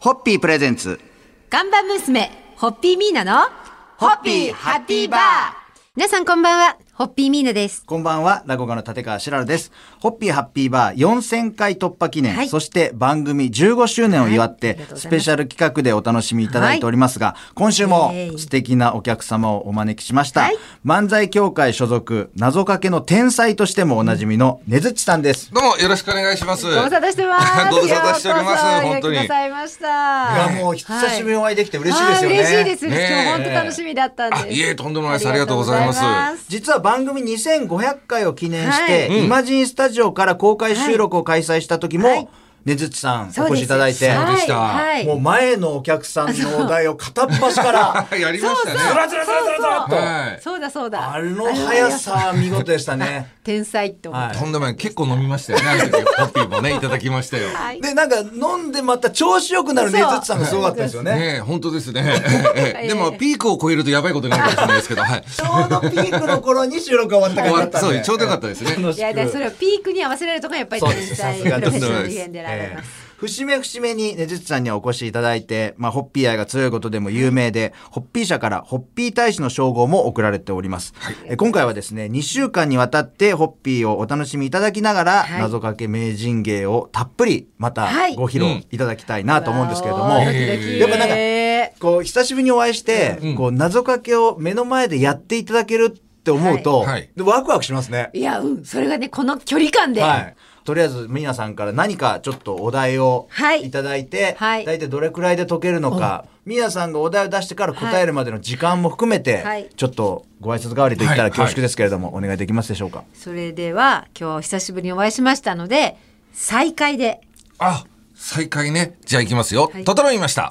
ホッピープレゼンツ看板娘ホッピーミーナのホッピーハッピーバー。 皆さんこんばんは、ホッピーミーナです。 こんばんは、落語家の立川しららです。ホッピーハッピーバー4000回突破記念、そして番組15周年を祝って、スペシャル企画でお楽しみいただいておりますが、今週も素敵なお客様をお招きしました。漫才協会所属、謎かけの天才としてもおなじみのねずっちさんです。 どうもよろしくお願いします。 ご無沙汰してます。 ご無沙汰しております。本当に。 くださいました。 いや、もう久しぶりにお会いできて嬉しいですよね。 嬉しいです。今日本当楽しみだったんです。 いえ、とんでもないです。ありがとうございます。 実は番組2500回を記念して、イマジンスタジオから公開収録を開催した時も、ねずっちさんお越しいただいて、もう前のお客さんのお題を片っ端からやりましたね。 ずらずらずらずらと。そうだそうだ。 あの速さ見事でしたね。 天才って思って。 とんでもない。結構飲みましたよね。ホッピーもね、いただきましたよ。 で、なんか飲んでまた調子よくなるねずっちさんがすごかったですよね。 ね、本当ですね。でもピークを超えるとやばいことになるかもしれないですけど、ちょうどピークの頃に収録が終わったからだったんで。 そう、ちょうどよかったですね。 いや、それはピークに合わせられるとかやっぱり天才プロフェッショナルでられます。 節目節目にねずっちさんにはお越しいただいて、ホッピー愛が強いことでも有名で、ホッピー社からホッピー大使の称号も贈られております。今回はですね、2週間にわたってホッピーをお楽しみいただきながら、謎かけ名人芸をたっぷりまたご披露いただきたいなと思うんですけれども、やっぱなんかこう久しぶりにお会いして、こう謎かけを目の前でやっていただけるって思うと、ワクワクしますね。 いや、それがね、この距離感で。 とりあえず皆さんから何かちょっとお題をいただいて、大体どれくらいで解けるのか、皆さんがお題を出してから答えるまでの時間も含めて、ちょっとご挨拶代わりと言ったら恐縮ですけれども、お願いできますでしょうか。 それでは今日久しぶりにお会いしましたので、再開で。 再開ね。じゃあ行きますよ。整いました。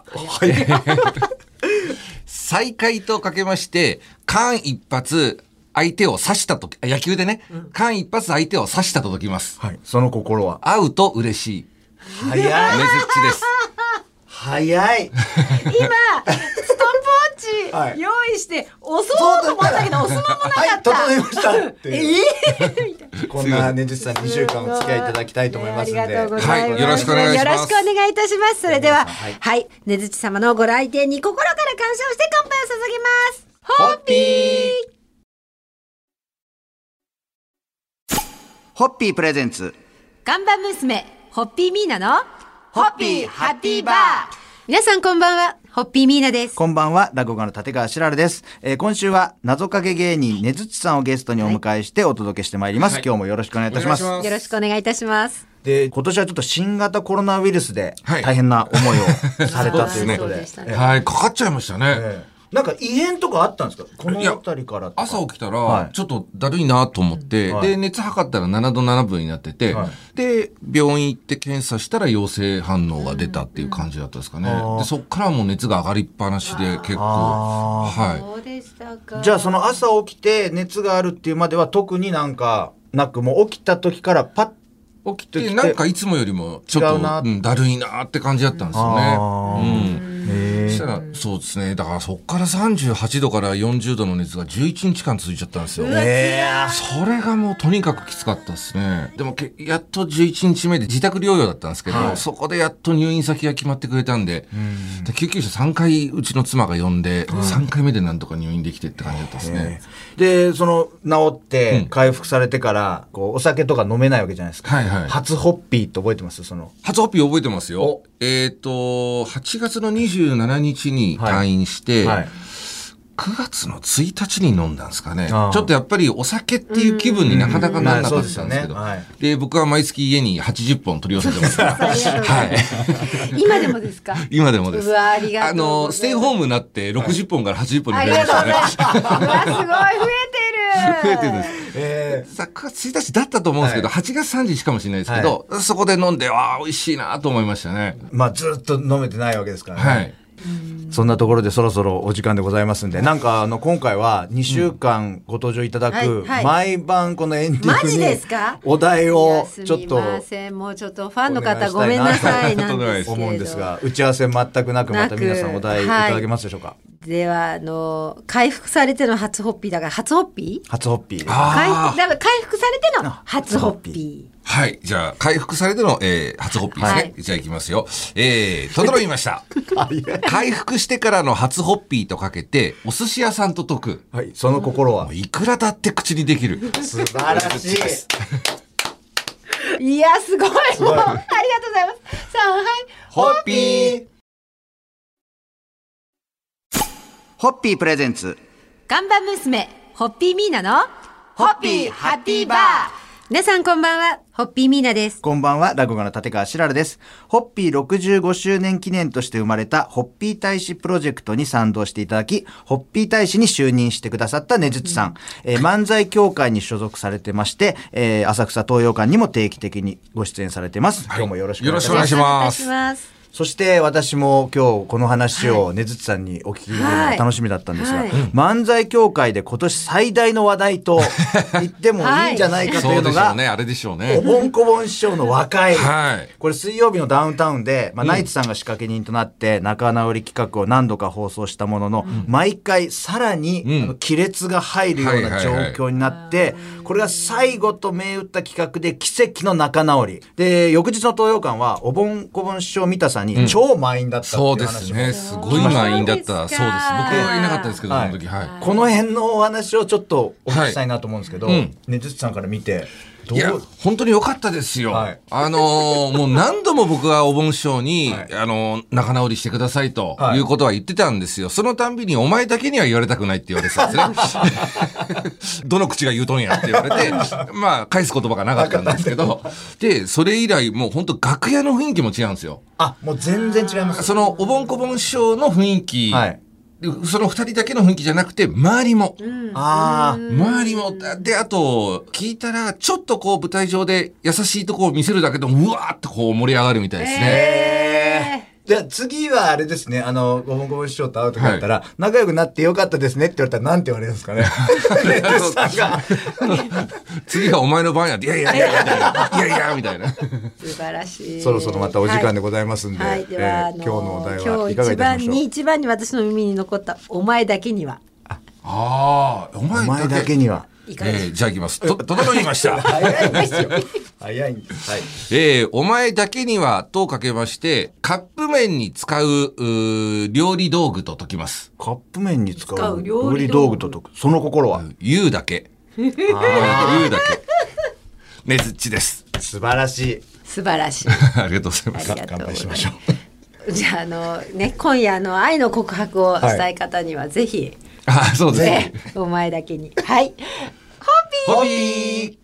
再開とかけまして、間一髪相手を刺したとき、野球でね、間一髪相手を刺したと解きます。 その心は会うと嬉しい。 早い。 ねずっちです。 早い。 今ストップウォッチ用意して押そうと思ったけど押す間もなかった。 整いましたってこんなねずっちさん2週間お付き合いいただきたいと思いますので、 よろしくお願いします。 よろしくお願いいたします。それではねずっち様のご来店に心から感謝をして乾杯を捧げます。ホッピー。 ホッピープレゼンツ看板娘ホッピーミーナのホッピーハッピーバー。 皆さんこんばんは、ホッピーミーナです。 こんばんは、落語家の立川しららです。今週は謎かけ芸人ねずっちさんをゲストにお迎えしてお届けしてまいります。今日もよろしくお願いいたします。 よろしくお願いいたします。 で、今年はちょっと新型コロナウイルスで大変な思いをされたということで、 かかっちゃいましたね。 なんか異変とかあったんですか、この辺りから。 朝起きたらちょっとだるいなと思って、で熱測ったら7度7分になってて、で病院行って検査したら陽性反応が出たっていう感じだったですかね。でそっからもう熱が上がりっぱなしで結構。 そうでしたか。 じゃあその朝起きて熱があるっていうまでは特になんかなく、もう起きた時からパッ起きてなんかいつもよりもちょっとだるいなって感じだったんですよね。そしたらそうですね、だからそっから38度から40度の熱が11日間続いちゃったんですよ。それがもうとにかくきつかったですね。でもやっと11日目で自宅療養だったんですけど、そこでやっと入院先が決まってくれたんで、救急車3回うちの妻が呼んで、3回目でなんとか入院できてって感じだったですね。 でその治って回復されてからこうお酒とか飲めないわけじゃないですか。初ホッピーって覚えてます？その初ホッピー覚えてますよ。8月の27日に退院して、9月の1日に飲んだんですかね。ちょっとやっぱりお酒っていう気分になかなかならなかったんですけど、で僕は毎月家に80本取り寄せてます。 今でもですか？ 今でもです。 ありがとう。 ステイホームになって60本から80本に増えましたね。 すごい増えてるです。9月1日だったと思うんですけど、8月30日かもしれないですけど、そこで飲んで美味しいなと思いましたね。 ずっと飲めてないわけですからね。そんなところでそろそろお時間でございますんで、なんか今回は2週間ご登場いただく、毎晩このエンディングにお題をちょっと、 もうちょっとファンの方ごめんなさいなんですけど思うんですが、打ち合わせ全くなくまた皆さんお題いただけますでしょうか。 では回復されての初ホッピーだから初ホッピー？ 初ホッピー。 回復されての初ホッピー。 はい。じゃあ、回復されての、初ホッピーですね。はい、じゃあ行きますよ。整いました。回復してからの初ホッピーとかけて、お寿司屋さんと解く。 はい。その心は。 いくらだって口にできる。 素晴らしい。いや、すごい。もう、ありがとうございます。さあ、はい。 ホッピー。ホッピープレゼンツ。 看板娘、ホッピーミーナの、 ホッピーハッピーバー。 皆さんこんばんは、ホッピーミーナです。 こんばんは、落語家の立川しららです。ホッピー65周年記念として生まれたホッピー大使プロジェクトに賛同していただき、ホッピー大使に就任してくださったねずちさん。漫才協会に所属されてまして、浅草東洋館にも定期的にご出演されてます。今日もよろしくお願いします。 よろしくお願いします。 そして私も今日この話をねずちさんにお聞きするのが楽しみだったんですが、漫才協会で今年最大の話題と言ってもいいんじゃないかというのが、 あれでしょうね。 おぼんこぼん師匠の和解。これ水曜日のダウンタウンで、ナイツさんが仕掛け人となって仲直り企画を何度か放送したものの、毎回さらに亀裂が入るような状況になって、これが最後と銘打った企画で奇跡の仲直り。で、翌日の東洋館はおぼんこぼん師匠見たさに超満員だったっていう話も、 そうですね。すごい満員だった。そうです。僕はいなかったですけど、その時。 この辺のお話をちょっとお聞きしたいなと思うんですけど、ねずちさんから見て、 いや、本当に良かったですよ。もう何度も僕はお盆師匠に、仲直りしてくださいということは言ってたんですよ。そのたんびにお前だけには言われたくないって言われてたんですね。どの口が言うとんやって言われて、返す言葉がなかったんですけど、で、それ以来もう本当楽屋の雰囲気も違うんですよ。 もう全然違います。 そのお盆こぼん師匠の雰囲気、その二人だけの雰囲気じゃなくて、周りも。周りも。で、あと、聞いたら、ちょっとこう、舞台上で優しいとこを見せるだけでも、うわーってこう盛り上がるみたいですね。 じゃあ次はあれですね、ごぼんこぼん師匠と会うとかだったら、仲良くなってよかったですねって言われたらなんて言われるんですかね。 次はお前の番やって、いやいやいやみたいな。 素晴らしい。 そろそろまたお時間でございますんで、では今日のお題はいかがいたしましょう。 一番に私の耳に残ったお前だけには。 お前だけには。 じゃあいきます。整いました。 早いんですよ。早いんです。 お前だけにはとかけまして、カップ麺に使う料理道具と解きます。 カップ麺に使う料理道具と解く。その心は言うだけ。言うだけ。ねずっちです。 素晴らしい。 素晴らしい。 ありがとうございます。 乾杯しましょう。じゃあ今夜愛の告白をしたい方にはぜひ。 そうですね。 お前だけに。はい。 ホッピー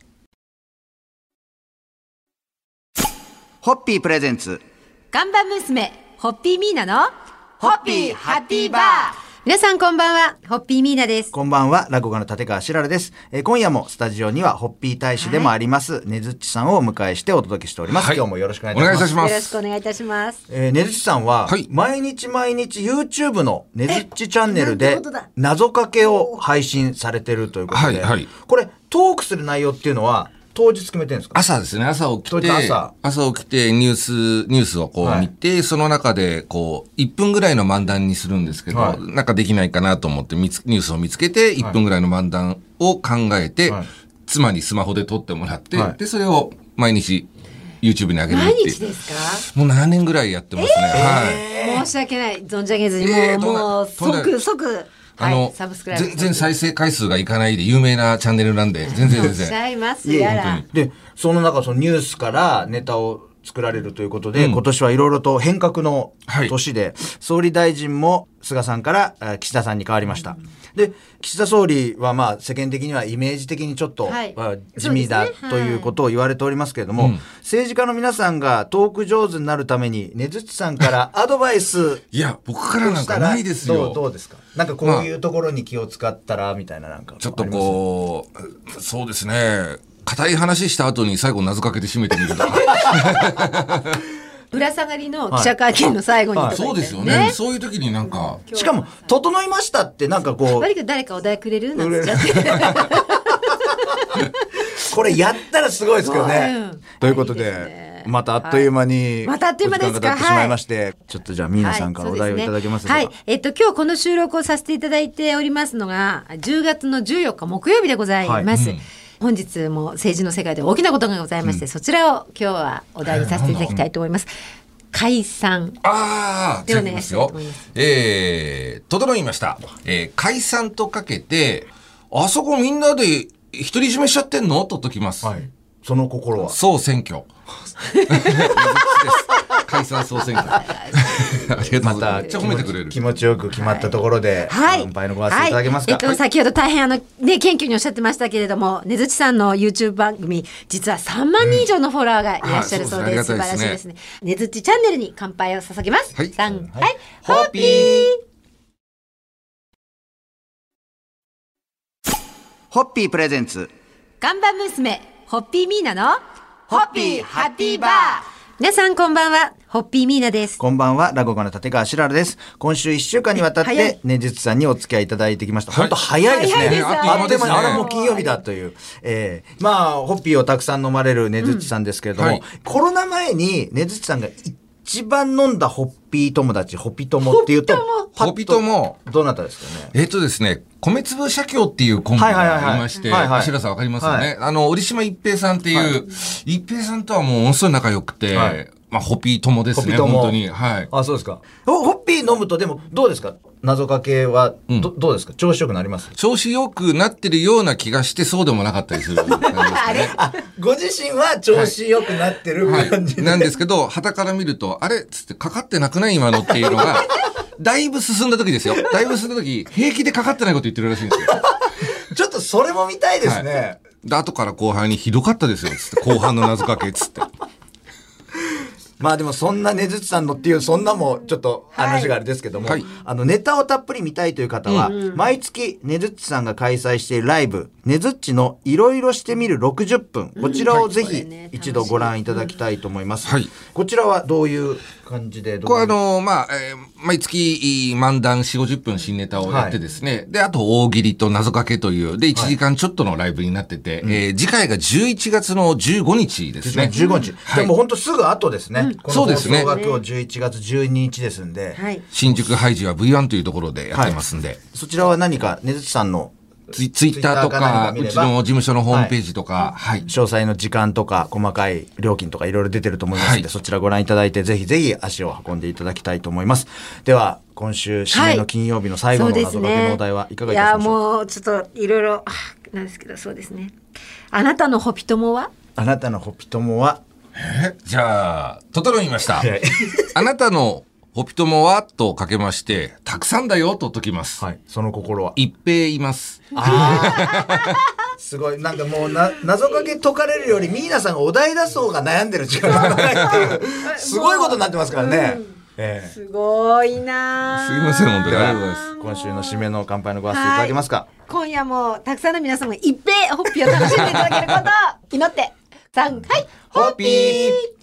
ホッピープレゼンツ。 看板娘、ホッピーミーナの、ホッピーハッピーバー。皆さんこんばんは、ホッピーミーナです。 こんばんは、落語家の立川しららです。今夜もスタジオにはホッピー大使でもあります、ねずっちさんをお迎えしてお届けしております。今日もよろしくお願いいたします。 よろしくお願いいたします。 ねずっちさんは、毎日 YouTube のねずっちチャンネルで謎かけを配信されてるということで、これトークする内容っていうのは当日決めてるんですか？ 朝ですね。朝起きてニュースをこう見て、その中でこう1分ぐらいの漫談にするんですけど、なんかできないかなと思ってニュースを見つけて1分ぐらいの漫談を考えて、妻にスマホで撮ってもらって、でそれを毎日 YouTube に上げるって。 毎日ですか？ もう7年ぐらいやってますね。 申し訳ない。存じ上げずにもう即サブスクライブ。 全然再生回数がいかないで有名なチャンネルなんで、全然。 おっしゃいますやら。 で、その中、そのニュースからネタを作られるということで、今年はいろいろと変革の年で、総理大臣も菅さんから岸田さんに変わりました。で、岸田総理は世間的にはイメージ的にちょっと地味だということを言われておりますけれども、政治家の皆さんがトーク上手になるためにねずっちさんからアドバイスいや僕からなんかないですよ。 どうですか？なんかこういうところに気を使ったらみたいななんかちょっとこうそうですね。硬い話した後に最後謎かけて締めてみるとか。 ぶら下がりの記者会見の最後にとか、 そうですよね。そういう時になんか、 しかも整いましたってなんかこう悪く誰かお題くれるなんて言っちゃってこれやったらすごいですけどね。ということでまたあっという間にまたあっという間ですか。 時間が経ってしまいまして、ちょっとじゃあミーナさんからお題をいただけますか。 今日この収録をさせていただいておりますのが10月の14日木曜日でございます。 本日も政治の世界で大きなことがございまして、そちらを今日はお題にさせていただきたいと思います。解散でお願いしたいと思います。 整いました。解散とかけて、あそこみんなで独り占めしちゃってんのと解きます。 はい。その心は総選挙。解散総選挙。ありがとうございます。まためっちゃ褒めてくれる。 気持ちよく決まったところで、乾杯のご発声いただけますか。 先ほど大変ね、謙虚におっしゃってましたけれども、ねずちさんの YouTube 番組、実は3万人以上のフォロワーがいらっしゃるそうです。素晴らしいですね。ねずちチャンネルに乾杯を捧げます。 はい。 3、はい。ホッピー。 ホッピープレゼンツ。 看板娘、ホッピーミーナのホッピーハッピーバー。 皆さんこんばんは、ホッピーミーナです。 こんばんは、落語家の立川しららです。今週1週間にわたってねずちさんにお付き合いいただいてきました。本当早いですね。あっという間に、あれもう金曜日だという。まあホッピーをたくさん飲まれるねずちさんですけれども、コロナ前にねずちさんが一番飲んだホッピー友達、ホピ友っていうと、 ホピ友どなたですかね。 ですね、米粒社協っていうコンビがありまして、しらさんわかりますよね。折島一平さんっていう、一平さんとはもうものすごい仲良くて、まあホピ友ですね、本当に。はい。 あ、そうですか。ホッピー飲むとでもどうですか。謎かけはどうですか。調子よくなります。 調子よくなってるような気がしてそうでもなかったりする感じですかね。 ご自身は調子よくなってる感じなんですけど、傍から見るとあれつってかかってなくない今のっていうのがだいぶ進んだ時ですよ。だいぶ進んだ時平気でかかってないこと言ってるらしいんですよ。 ちょっとそれも見たいですね。 で後から後輩にひどかったですよつって後半の謎かけつって。 まあでもそんなねずちさんのっていうそんなもちょっと話があれですけども、ネタをたっぷり見たいという方は、毎月ねずちさんが開催しているライブねずっちのいろいろしてみる60分、こちらをぜひ一度ご覧いただきたいと思います。こちらはどういう感じで。 これ毎月漫談4、50分新ネタをやってですね、であと大喜利と謎かけというで1時間ちょっとのライブになってて、次回が11月の15日ですね。 15日。でも本当すぐ後ですね。 そうですね。 この放送が今日11月12日ですんで、 新宿ハイジは V1 というところでやってますんで、 そちらは何かねずちさんのツイッターとかうちの事務所のホームページとか、 詳細の時間とか細かい料金とかいろいろ出てると思いますので、そちらご覧いただいてぜひぜひ足を運んでいただきたいと思います。では今週締めの金曜日の最後の謎かけのお題はいかがいたしましょう。 いやもうちょっといろいろなんですけど、そうですね。あなたのホピ友は？ あなたのホピ友は？ じゃあ整いました。あなたのホピ友はとかけましてたくさんだよと解きます。 その心は？ 一平います。 すごいなんかもう謎かけ解かれるよりミーナさんがお題出そうが悩んでる時間がないっていうすごいことになってますからね。 すごいな。 すいません本当にありがとうございます。 今週の締めの乾杯のご発声いただけますか。 今夜もたくさんの皆様一平ホッピーを楽しんでいただけることを祈って3、はい、 ホッピー。